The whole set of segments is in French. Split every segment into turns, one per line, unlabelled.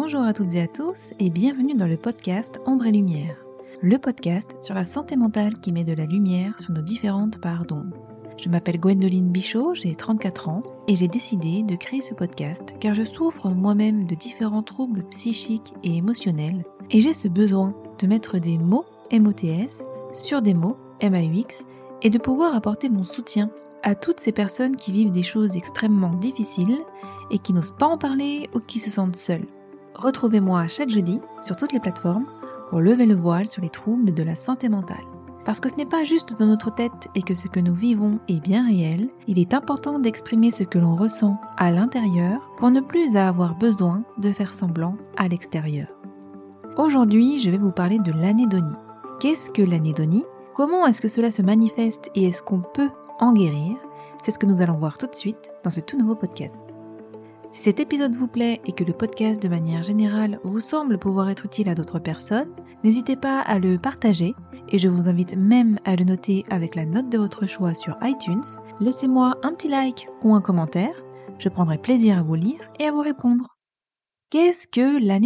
Bonjour à toutes et à tous et bienvenue dans le podcast Ombre et Lumière, le podcast sur la santé mentale qui met de la lumière sur nos différentes parts d'ombre. Je m'appelle Gwendoline Bichot, j'ai 34 ans et j'ai décidé de créer ce podcast car je souffre moi-même de différents troubles psychiques et émotionnels et j'ai ce besoin de mettre des mots MOTS sur des mots MAUX et de pouvoir apporter mon soutien à toutes ces personnes qui vivent des choses extrêmement difficiles et qui n'osent pas en parler ou qui se sentent seules. Retrouvez-moi chaque jeudi sur toutes les plateformes pour lever le voile sur les troubles de la santé mentale. Parce que ce n'est pas juste dans notre tête et que ce que nous vivons est bien réel, il est important d'exprimer ce que l'on ressent à l'intérieur pour ne plus avoir besoin de faire semblant à l'extérieur. Aujourd'hui, je vais vous parler de l'anédonie. Qu'est-ce que l'anédonie ? Comment est-ce que cela se manifeste et est-ce qu'on peut en guérir ? C'est ce que nous allons voir tout de suite dans ce tout nouveau podcast. Si cet épisode vous plaît et que le podcast de manière générale vous semble pouvoir être utile à d'autres personnes, n'hésitez pas à le partager et je vous invite même à le noter avec la note de votre choix sur iTunes. Laissez-moi un petit like ou un commentaire, je prendrai plaisir à vous lire et à vous répondre. Qu'est-ce que l'anédonie ?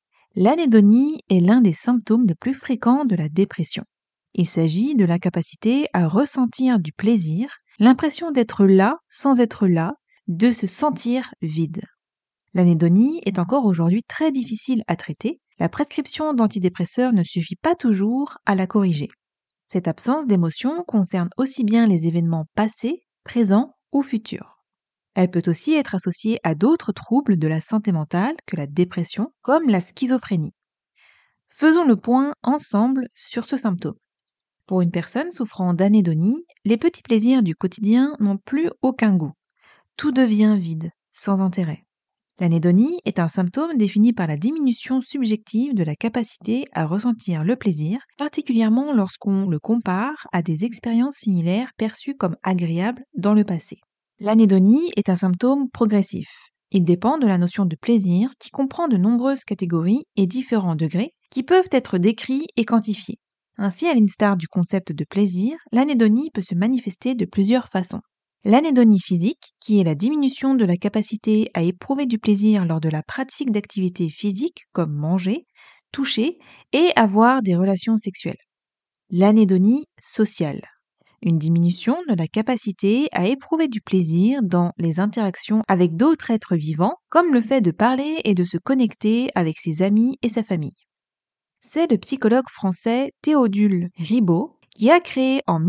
L'anédonie est l'un des symptômes les plus fréquents de la dépression. Il s'agit de l'incapacité à ressentir du plaisir, l'impression d'être là sans être là, de se sentir vide. L'anédonie est encore aujourd'hui très difficile à traiter. La prescription d'antidépresseurs ne suffit pas toujours à la corriger. Cette absence d'émotion concerne aussi bien les événements passés, présents ou futurs. Elle peut aussi être associée à d'autres troubles de la santé mentale que la dépression, comme la schizophrénie. Faisons le point ensemble sur ce symptôme. Pour une personne souffrant d'anédonie, les petits plaisirs du quotidien n'ont plus aucun goût. Tout devient vide, sans intérêt. L'anédonie est un symptôme défini par la diminution subjective de la capacité à ressentir le plaisir, particulièrement lorsqu'on le compare à des expériences similaires perçues comme agréables dans le passé. L'anédonie est un symptôme progressif. Il dépend de la notion de plaisir qui comprend de nombreuses catégories et différents degrés qui peuvent être décrits et quantifiés. Ainsi, à l'instar du concept de plaisir, l'anédonie peut se manifester de plusieurs façons. L'anédonie physique, qui est la diminution de la capacité à éprouver du plaisir lors de la pratique d'activités physiques comme manger, toucher et avoir des relations sexuelles. L'anédonie sociale, une diminution de la capacité à éprouver du plaisir dans les interactions avec d'autres êtres vivants, comme le fait de parler et de se connecter avec ses amis et sa famille. C'est le psychologue français Théodule Ribot qui a créé en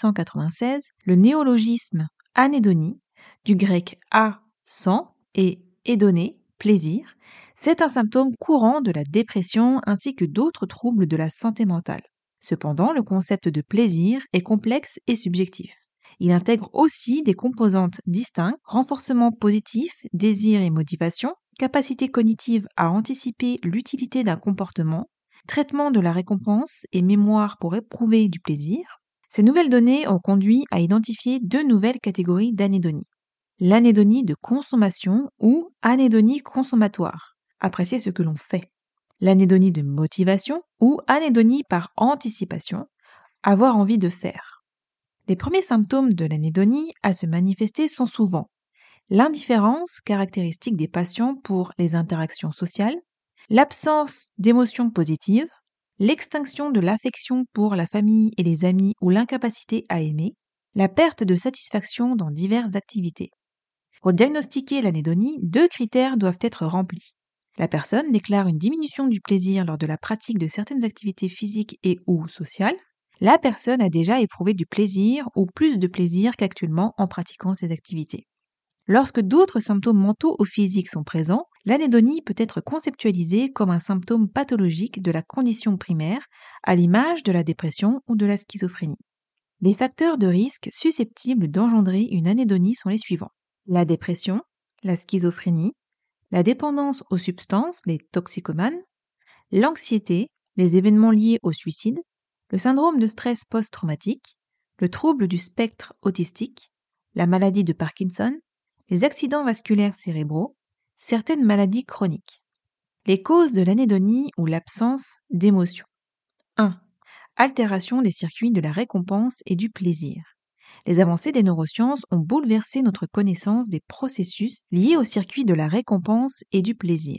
1896 le néologisme anédonie, du grec a, sang, et hédoné, plaisir. C'est un symptôme courant de la dépression ainsi que d'autres troubles de la santé mentale. Cependant, le concept de plaisir est complexe et subjectif. Il intègre aussi des composantes distinctes, renforcement positif, désir et motivation, capacité cognitive à anticiper l'utilité d'un comportement, traitement de la récompense et mémoire pour éprouver du plaisir. Ces nouvelles données ont conduit à identifier deux nouvelles catégories d'anédonie. L'anédonie de consommation ou anédonie consommatoire, apprécier ce que l'on fait. L'anédonie de motivation ou anédonie par anticipation, avoir envie de faire. Les premiers symptômes de l'anédonie à se manifester sont souvent l'indifférence caractéristique des patients pour les interactions sociales, l'absence d'émotions positives, l'extinction de l'affection pour la famille et les amis ou l'incapacité à aimer, la perte de satisfaction dans diverses activités. Pour diagnostiquer l'anédonie, deux critères doivent être remplis. La personne déclare une diminution du plaisir lors de la pratique de certaines activités physiques et ou sociales. La personne a déjà éprouvé du plaisir ou plus de plaisir qu'actuellement en pratiquant ces activités. Lorsque d'autres symptômes mentaux ou physiques sont présents, l'anédonie peut être conceptualisée comme un symptôme pathologique de la condition primaire, à l'image de la dépression ou de la schizophrénie. Les facteurs de risque susceptibles d'engendrer une anédonie sont les suivants. La dépression, la schizophrénie, la dépendance aux substances, les toxicomanes, l'anxiété, les événements liés au suicide, le syndrome de stress post-traumatique, le trouble du spectre autistique, la maladie de Parkinson, les accidents vasculaires cérébraux, certaines maladies chroniques. Les causes de l'anédonie ou l'absence d'émotion. 1. Altération des circuits de la récompense et du plaisir. Les avancées des neurosciences ont bouleversé notre connaissance des processus liés aux circuits de la récompense et du plaisir.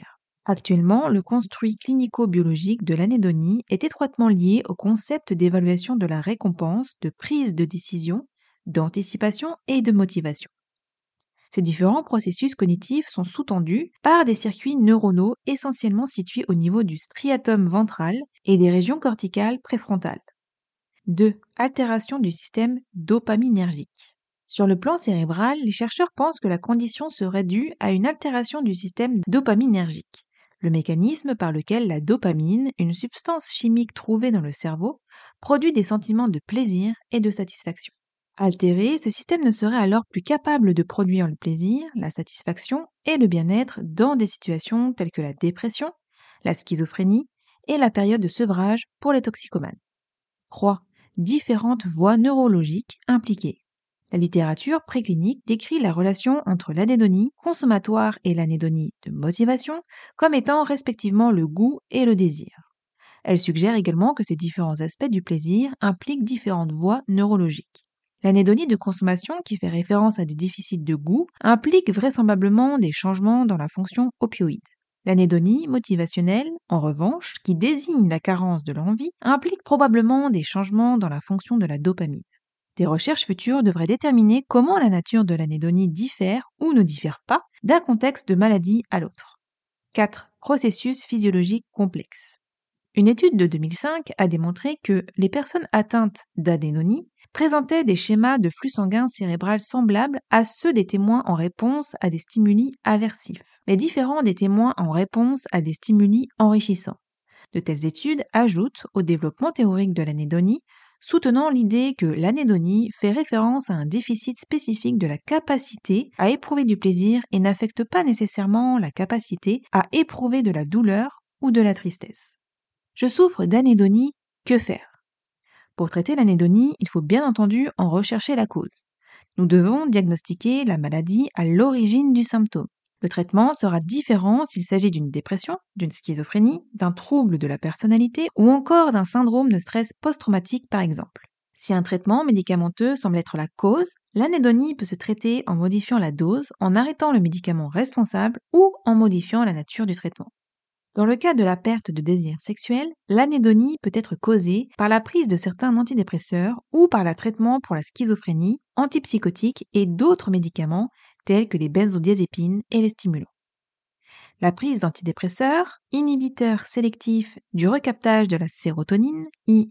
Actuellement, le construit clinico-biologique de l'anédonie est étroitement lié au concept d'évaluation de la récompense, de prise de décision, d'anticipation et de motivation. Ces différents processus cognitifs sont sous-tendus par des circuits neuronaux essentiellement situés au niveau du striatum ventral et des régions corticales préfrontales. 2. Altération du système dopaminergique. Sur le plan cérébral, les chercheurs pensent que la condition serait due à une altération du système dopaminergique, le mécanisme par lequel la dopamine, une substance chimique trouvée dans le cerveau, produit des sentiments de plaisir et de satisfaction. Altéré, ce système ne serait alors plus capable de produire le plaisir, la satisfaction et le bien-être dans des situations telles que la dépression, la schizophrénie et la période de sevrage pour les toxicomanes. 3. Différentes voies neurologiques impliquées. La littérature préclinique décrit la relation entre l'anédonie consommatoire et l'anédonie de motivation comme étant respectivement le goût et le désir. Elle suggère également que ces différents aspects du plaisir impliquent différentes voies neurologiques. L'anédonie de consommation, qui fait référence à des déficits de goût, implique vraisemblablement des changements dans la fonction opioïde. L'anédonie motivationnelle, en revanche, qui désigne la carence de l'envie, implique probablement des changements dans la fonction de la dopamine. Des recherches futures devraient déterminer comment la nature de l'anédonie diffère ou ne diffère pas d'un contexte de maladie à l'autre. 4. Processus physiologiques complexes. Une étude de 2005 a démontré que les personnes atteintes d'adénonie présentaient des schémas de flux sanguin cérébral semblables à ceux des témoins en réponse à des stimuli aversifs, mais différents des témoins en réponse à des stimuli enrichissants. De telles études ajoutent au développement théorique de l'anédonie, soutenant l'idée que l'anédonie fait référence à un déficit spécifique de la capacité à éprouver du plaisir et n'affecte pas nécessairement la capacité à éprouver de la douleur ou de la tristesse. Je souffre d'anédonie, que faire? Pour traiter l'anédonie, il faut bien entendu en rechercher la cause. Nous devons diagnostiquer la maladie à l'origine du symptôme. Le traitement sera différent s'il s'agit d'une dépression, d'une schizophrénie, d'un trouble de la personnalité ou encore d'un syndrome de stress post-traumatique par exemple. Si un traitement médicamenteux semble être la cause, l'anédonie peut se traiter en modifiant la dose, en arrêtant le médicament responsable ou en modifiant la nature du traitement. Dans le cas de la perte de désir sexuel, l'anédonie peut être causée par la prise de certains antidépresseurs ou par le traitement pour la schizophrénie, antipsychotiques et d'autres médicaments tels que les benzodiazépines et les stimulants. La prise d'antidépresseurs, inhibiteurs sélectifs du recaptage de la sérotonine,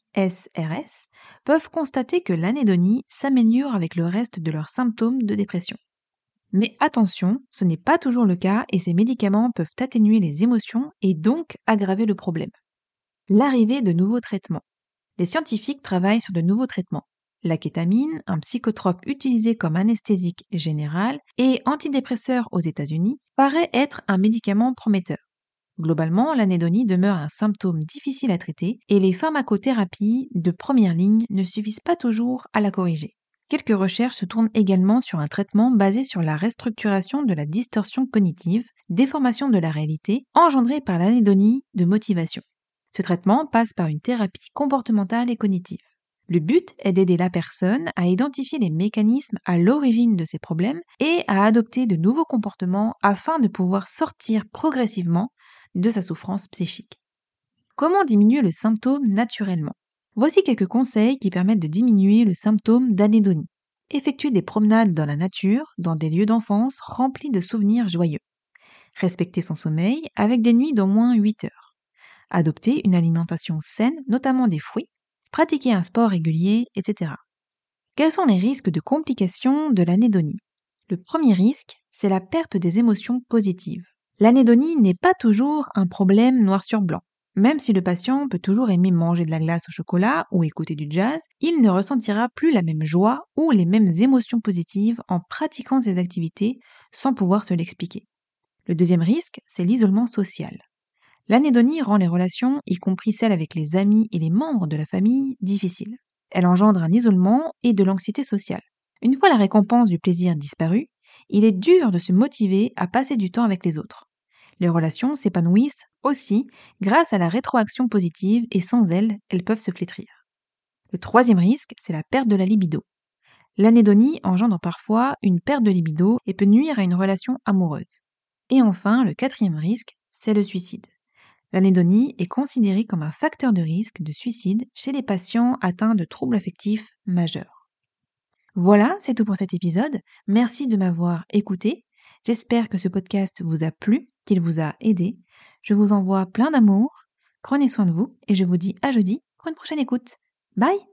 ISRS, peuvent constater que l'anédonie s'améliore avec le reste de leurs symptômes de dépression. Mais attention, ce n'est pas toujours le cas et ces médicaments peuvent atténuer les émotions et donc aggraver le problème. L'arrivée de nouveaux traitements. Les scientifiques travaillent sur de nouveaux traitements. La kétamine, un psychotrope utilisé comme anesthésique général et antidépresseur aux États-Unis, paraît être un médicament prometteur. Globalement, l'anédonie demeure un symptôme difficile à traiter et les pharmacothérapies de première ligne ne suffisent pas toujours à la corriger. Quelques recherches se tournent également sur un traitement basé sur la restructuration de la distorsion cognitive, déformation de la réalité, engendrée par l'anédonie de motivation. Ce traitement passe par une thérapie comportementale et cognitive. Le but est d'aider la personne à identifier les mécanismes à l'origine de ses problèmes et à adopter de nouveaux comportements afin de pouvoir sortir progressivement de sa souffrance psychique. Comment diminuer le symptôme naturellement? Voici quelques conseils qui permettent de diminuer le symptôme d'anédonie. Effectuer des promenades dans la nature, dans des lieux d'enfance remplis de souvenirs joyeux. Respecter son sommeil avec des nuits d'au moins 8 heures. Adopter une alimentation saine, notamment des fruits. Pratiquer un sport régulier, etc. Quels sont les risques de complications de l'anédonie? Le premier risque, c'est la perte des émotions positives. L'anédonie n'est pas toujours un problème noir sur blanc. Même si le patient peut toujours aimer manger de la glace au chocolat ou écouter du jazz, il ne ressentira plus la même joie ou les mêmes émotions positives en pratiquant ces activités sans pouvoir se l'expliquer. Le deuxième risque, c'est l'isolement social. L'anédonie rend les relations, y compris celles avec les amis et les membres de la famille, difficiles. Elle engendre un isolement et de l'anxiété sociale. Une fois la récompense du plaisir disparue, il est dur de se motiver à passer du temps avec les autres. Les relations s'épanouissent aussi grâce à la rétroaction positive et sans elle, elles peuvent se flétrir. Le troisième risque, c'est la perte de la libido. L'anédonie engendre parfois une perte de libido et peut nuire à une relation amoureuse. Et enfin, le quatrième risque, c'est le suicide. L'anédonie est considérée comme un facteur de risque de suicide chez les patients atteints de troubles affectifs majeurs. Voilà, c'est tout pour cet épisode. Merci de m'avoir écouté. J'espère que ce podcast vous a plu, qu'il vous a aidé. Je vous envoie plein d'amour. Prenez soin de vous et je vous dis à jeudi pour une prochaine écoute. Bye!